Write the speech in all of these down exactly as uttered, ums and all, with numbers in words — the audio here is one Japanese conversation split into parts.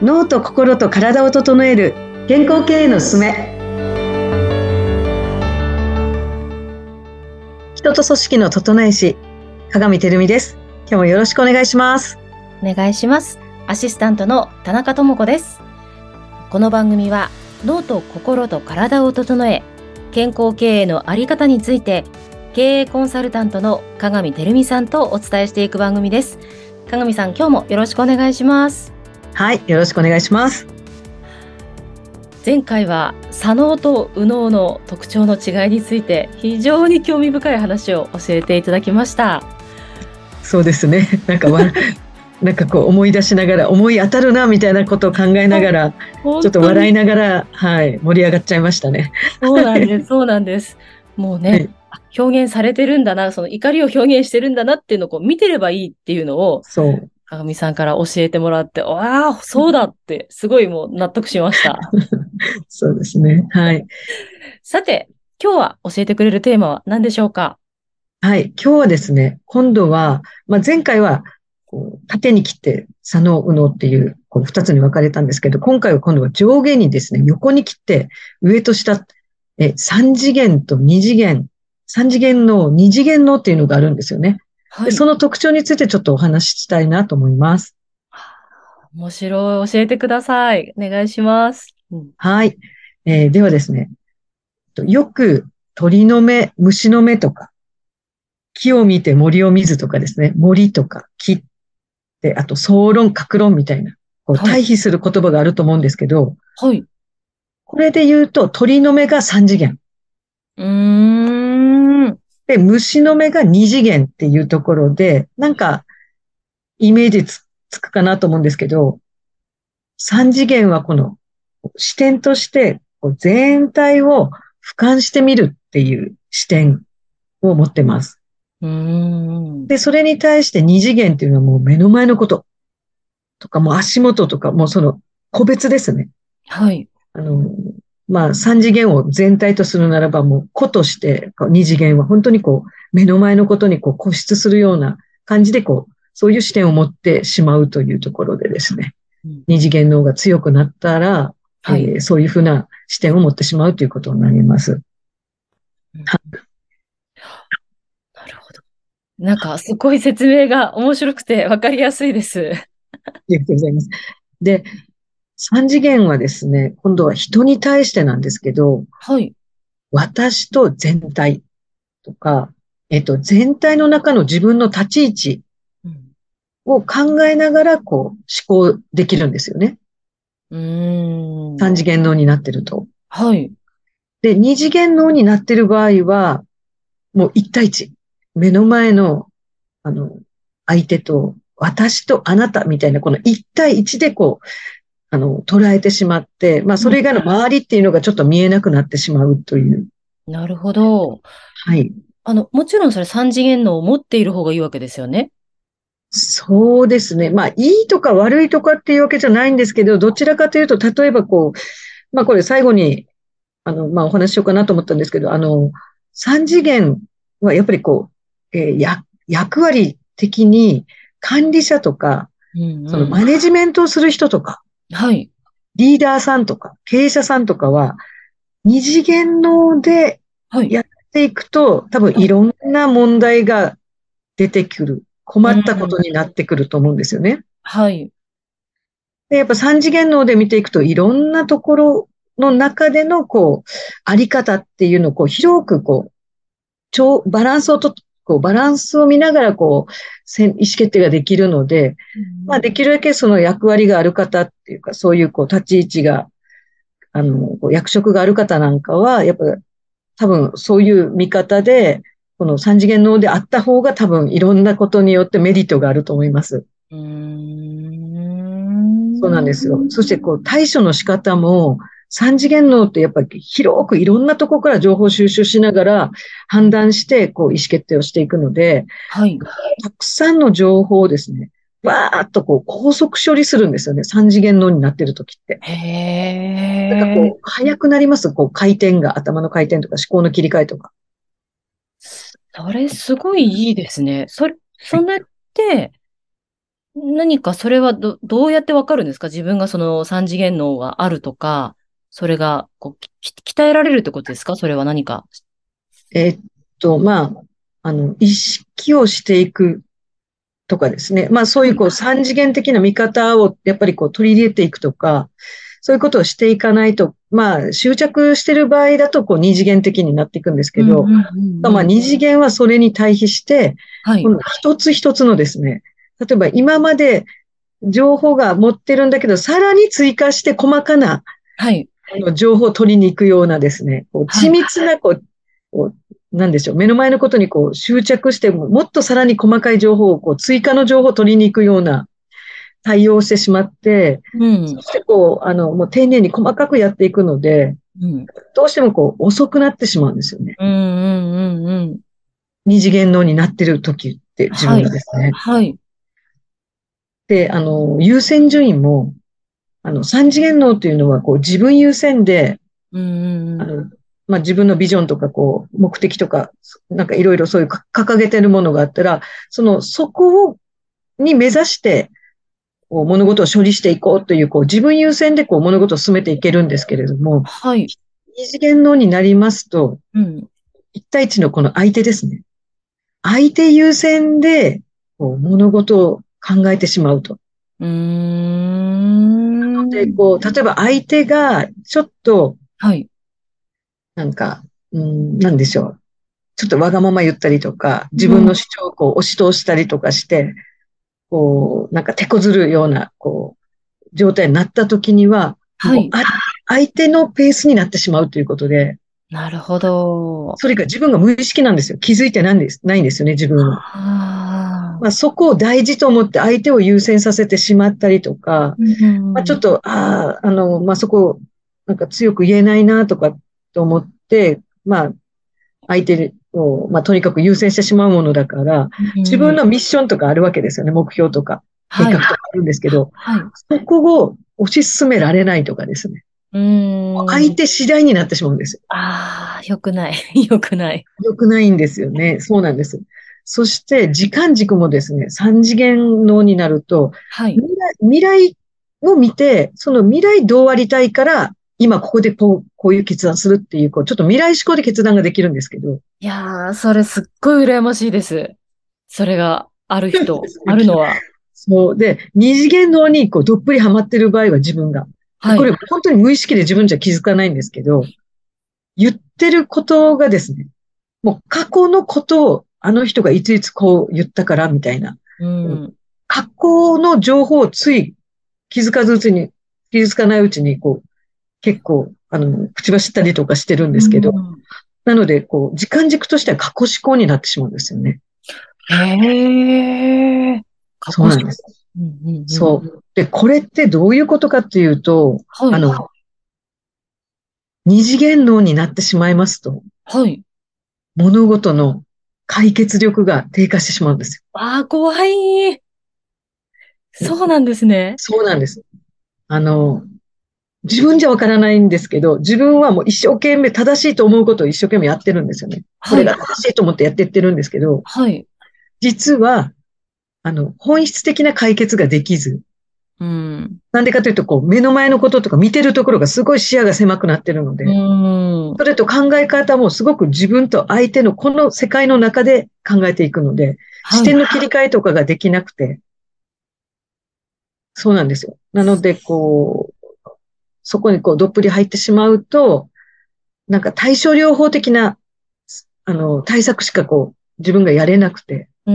脳と心と体を整える健康経営のすすめ。人と組織の整え師、鏡てるみです。今日もよろしくお願いします。 お願いします。アシスタントの田中智子です。この番組は脳と心と体を整え、健康経営のあり方について経営コンサルタントの鏡てるみさんとお伝えしていく番組です。鏡さん、今日もよろしくお願いします。 はい、よろしくお願いします。 前回は左脳と右脳の特徴の違いについて非常に興味深い話を教えていただきました。 そうですね。なんかわなんかこう思い出しながら、思い当たるなみたいなことを考えながら、ちょっと笑いながら、はい、盛り上がっちゃいましたね。 そうなんです、そうなんです。もうね、はい、表現されてるんだな、その怒りを表現してるんだなっていうのをこう見てればいいっていうのを、 そう。 鏡さんから教えてもらって、わあ、そうだって、すごいもう納得しました。 そうですね。はい。 さて、今日は教えてくれるテーマは何でしょうか？ はい。今日はですね、今度は、まあ、前回は、こう縦に切って左脳右脳っていうこう二つに分かれたんですけど、今回は今度は上下にですね、横に切って上と下、え、三次元と二次元、三次元脳、二次元脳っていうのがあるんですよね。 はい。 で、その特徴についてちょっとお話ししたいなと思います。 面白い。教えてください。お願いします。 うん、はい、えー。ではですね、よく鳥の目、虫の目とか、木を見て森を見ずとかですね、森とか木で、あと、総論、格論みたいな、こう対比する言葉があると思うんですけど、 はい。 これで言うと、鳥の目がさん次元。 うーん。 で、虫の目がに次元っていうところで、なんか、イメージつつくかなと思うんですけど、さん次元はこの視点として、全体を俯瞰してみるっていう視点を持ってます。 うーん。 で、それに対してに次元っていうのはもう目の前のこととか、もう足元とか、もうその個別ですね。 はい。 あの、まあ、さん次元を全体とするならば、もう個として、に次元は本当にこう、目の前のことにこう固執するような感じで、こう、そういう視点を持ってしまうというところでですね、うん、に次元の方が強くなったら、はい、えー、そういうふうな視点を持ってしまうということになります。 うん、なるほど。なんか、すごい説明が面白くて分かりやすいです。ありがとうございます。で、さん次元はですね、今度は人に対してなんですけど、 はい。 私と全体とか、えっと、全体の中の自分の立ち位置を考えながら、こう、思考できるんですよね。 うーん。 さん次元脳になってると。 はい。 で、に次元脳になってる場合は、もういち対いち。目の前の、あの、相手と、私とあなたみたいな、このいち対いちでこう、あの、捉えてしまって、まあ、それ以外の周りっていうのがちょっと見えなくなってしまうという。 なるほど。 はい。 あの、もちろんそれさん次元脳を持っている方がいいわけですよね。 そうですね。まあ、いいとか悪いとかっていうわけじゃないんですけど、どちらかというと、例えばこう、まあ、これ最後に、あの、まあ、お話ししようかなと思ったんですけど、あの、さん次元はやっぱりこう、えー、や、役割的に管理者とか、うんうん、そのマネジメントをする人とか、 はい。 リーダーさんとか、経営者さんとかは、二次元のでやっていくと、はい、多分いろんな問題が出てくる。困ったことになってくると思うんですよね。 はい。 で、やっぱ三次元脳で見ていくと、いろんなところの中での、こう、あり方っていうのを、こう、広く、こう、超、バランスをと、こう、バランスを見ながら、こう、意思決定ができるので、まあ、できるだけその役割がある方っていうか、そういう、こう、立ち位置が、あの、役職がある方なんかは、やっぱ、多分、そういう見方で、この三次元脳であった方が多分、いろんなことによってメリットがあると思います。 うーん。 そうなんですよ。そして、こう、対処の仕方も、三次元脳ってやっぱり広くいろんなところから情報収集しながら判断して、こう、意思決定をしていくので、 はい。 たくさんの情報をですね、わーっとこう、高速処理するんですよね。三次元脳になってる時って。 へなんかこう、 ー。 早くなります。こう、回転が、頭の回転とか思考の切り替えとか。 それすごいいいですね。それ、それって、 何かそれはど、どうやってわかるんですか？自分がその三次元脳があるとか、それがこうき鍛えられるってことですか？それは何か。 えーっと、まあ、あの、意識をしていくとかですね。まあそういうこう三次元的な見方をやっぱりこう取り入れていくとか、そういうことをしていかないと、まあ執着してる場合だとこう二次元的になっていくんですけど、 うんうんうんうん。 まあ二次元はそれに対比して、 はい。 この一つ一つのですね、例えば今まで情報が持ってるんだけど、さらに追加して細かなはい。 あの情報を取りに行くようなですね、こう緻はい。 密なこう、こうなんでしょう、目の前のことにこう執着して、もっとさらに細かい情報をこう追加の情報を取りに行くような対応をしてしまって、 うん。 そしてこう、あの、もう丁寧に細かくやっていくので、 うん。 どうしてもこう遅くなってしまうんですよね。 うんうんうんうん。 二次元脳になってる時って自分はい。 がですね。 はい。 で、あの、優先順位も、あの、三次元脳というのはこう自分優先で、 うんうんうん。 あの、まあ、自分のビジョンとか、こう、目的とか、なんかいろいろそういうか掲げてるものがあったら、その、そこを、に目指して、こう物事を処理していこうという、こう、自分優先でこう、物事を進めていけるんですけれども、 はい。 二次元脳になりますと、 うん。 一対一のこの相手ですね。相手優先で、こう、物事を考えてしまうと。 うーで、 ん。 こう、例えば相手が、ちょっと、 はい。 なんか、うん、なんでしょう。ちょっとわがまま言ったりとか、自うん。 分の主張をこう押し通したりとかして、こう、なんか手こずるような、こう、状態になった時には、 はい。 もう、あ、相手のペースになってしまうということで、 なるほど。 それが自分が無意識なんですよ。気づいてないんです、ないんですよね、自分は。 ああ。 まあ、そこを大事と思って相手を優先させてしまったりとか、 うんうんまあ、ちうん。 ょっと、ああ、あの、まあ、そこ、なんか強く言えないなとかと思って、まあ、相手を、まあ、とにかく優先してしまうものだから、自うんうん。 分のミッションとかあるわけですよね。目標とか、計はい。 画とかあるんですけど、 はい。 そこを推し進められないとかですね。 うーん。 相手次第になってしまうんですよ。 ああ、よくない。よくない。 良くないんですよね。そうなんです。そして、時間軸もですね、三次元脳になると、 はい。 未来、未来を見て、その未来どうありたいから、今ここでこう、こういう決断するっていう、こう、ちょっと未来思考で決断ができるんですけど、 いやー、それすっごい羨ましいです。それがある人、あるのは。 そう。で、二次元脳にこうどっぷりハマってる場合は自分が。で、 はい。 これ本当に無意識で自分じゃ気づかないんですけど、言ってることがですね、もう過去のことをあの人がいついつこう言ったからみたいな、 うん。 過去の情報をつい気づかずうちに、気づかないうちにこう結構あの口走ったりとかしてるんうですけど、 ん。 なのでこう時間軸としては過去思考になってしまうんですよね。 へえ。過去式。 そうなんです。 うんうんうん。 そう。で、これってどういうことかっていうと、 はい。 あの、二次元脳になってしまいますと、 はい。 物事の解決力が低下してしまうんですああ、怖い。 よ。 そうなんですね。 そうなんです。あの、自分じゃわからないんですけど、自分はもう一生懸命正しいと思うことを一生懸命やってるんですよね。こはい。 れが正しいと思ってやってってるんですけど、 はい。 実は、あの、本質的な解決ができず、 うん。 なんでかというと、こう、目の前のこととか見てるところがすごい視野が狭くなってるのうで、 ん。 それと考え方もすごく自分と相手のこの世界の中で考えていくので、視はい。 点の切り替えとかができなくて、そうなんですよ。なので、こう、そこにこう、どっぷり入ってしまうと、なんか対症療法的な、あの、対策しかこう、自分がやれなくて、 うん。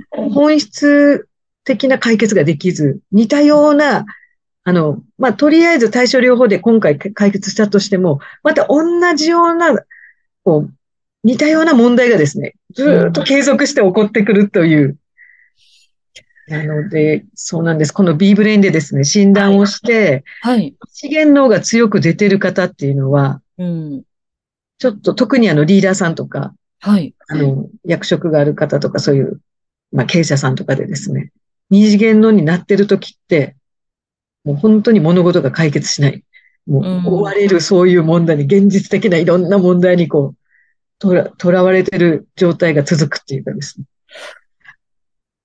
本質的な解決ができず、似たような、あの、まあ、とりあえず対症療法で今回解決したとしても、また同じような、こう、似たような問題がですね、ずーっとうん。 継続して起こってくるという。なので、そうなんです。この B ブレインでですね、診はい。 断をして、 はい。 資源脳が強く出てる方っていうのは、 うん。 ちょっと特にあのリーダーさんとか、 はい。 あの、役職がある方とか、そういう、まあ、経営者さんとかでですね、二次元のになってる時って、もう本当に物事が解決しない。もう追わうん。 れるそういう問題に、現実的ないろんな問題にこう、とら、とらわれてる状態が続くっていうかですね。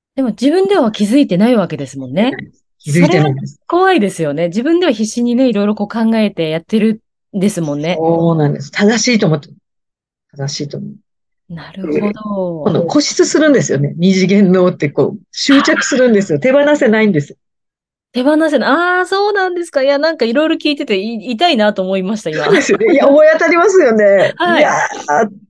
でも自分では気づいてないわけですもんね。 気づいそれはてないです。 怖いですよね。自分では必死にね、いろいろこう考えてやってるんですもんね。 そうなんです。正しいと思って、正しいと思う。 なるほど。 今度固執するんですよね。二次元脳ってこう、執着するんですよ。手放せないんですよ。 手放せない。ああ、そうなんですか。いや、なんかいろいろ聞いててい痛いなと思いました、今。 そうですよね。いや、思い当たりますよね。いはい。 やーって、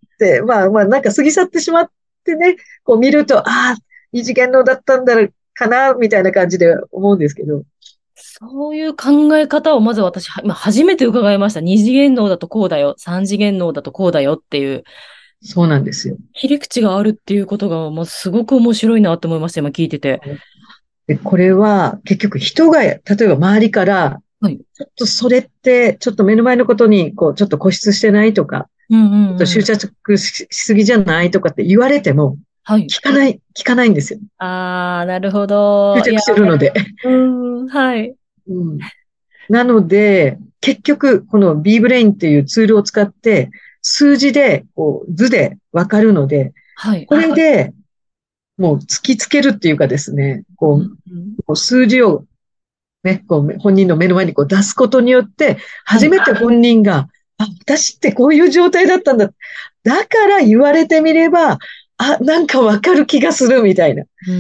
まあまあ、なんか過ぎ去ってしまってね、こう見ると、ああ、二次元脳だったんだかな、みたいな感じで思うんですけど。 そういう考え方をまず私、は今初めて伺いました。二次元脳だとこうだよ。三次元脳だとこうだよっていうそうなんですよ。 切り口があるっていうことが、もうすごく面白いなと思いました、今聞いてて。 で、これは結局人が、例えば周りから、 はい。 ちょっとそれって、ちょっと目の前のことに、こう、ちょっと固執してないとか、 うんうちょっと執んうん。 着しすぎじゃないとかって言われても、 はい。 聞かない、聞かないんですよ。 ああ、なるほど。いや、 執着してるので。 うーん、はい。 うん。なので、結局、この B ブレインっていうツールを使って、数字で、こう、図でわかるので、 はい。 これでもう突きつけるっていうかですね、こう、 うんうん、 こう数字をね、こう、本人の目の前にこう出すことによって、 はい。 初めて本人が、あ、私ってこういう状態だったんだ。だから言われてみれば、あ、なんかわかる気がするみたいな。 うん。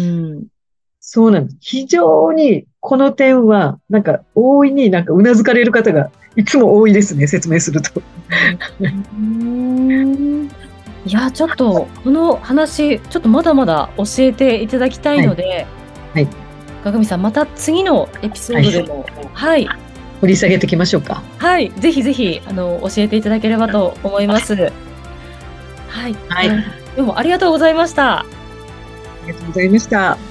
そうなんです。非常にこの点は、なんか大いになんか頷かれる方がいつも多いですね、説明すると。 うん。いや、ちょっと、この話、ちょっとまだまだ教えていただきたいはい。 ので、 はい。 かがみさん、また次のエピソはい。 ードでも、はい、 掘り下げていきましょうか。 はい、ぜひぜひ、あの、教えていただければと思います。はい、 はい。ああの、どうもありがとうございました。 りがとうございました。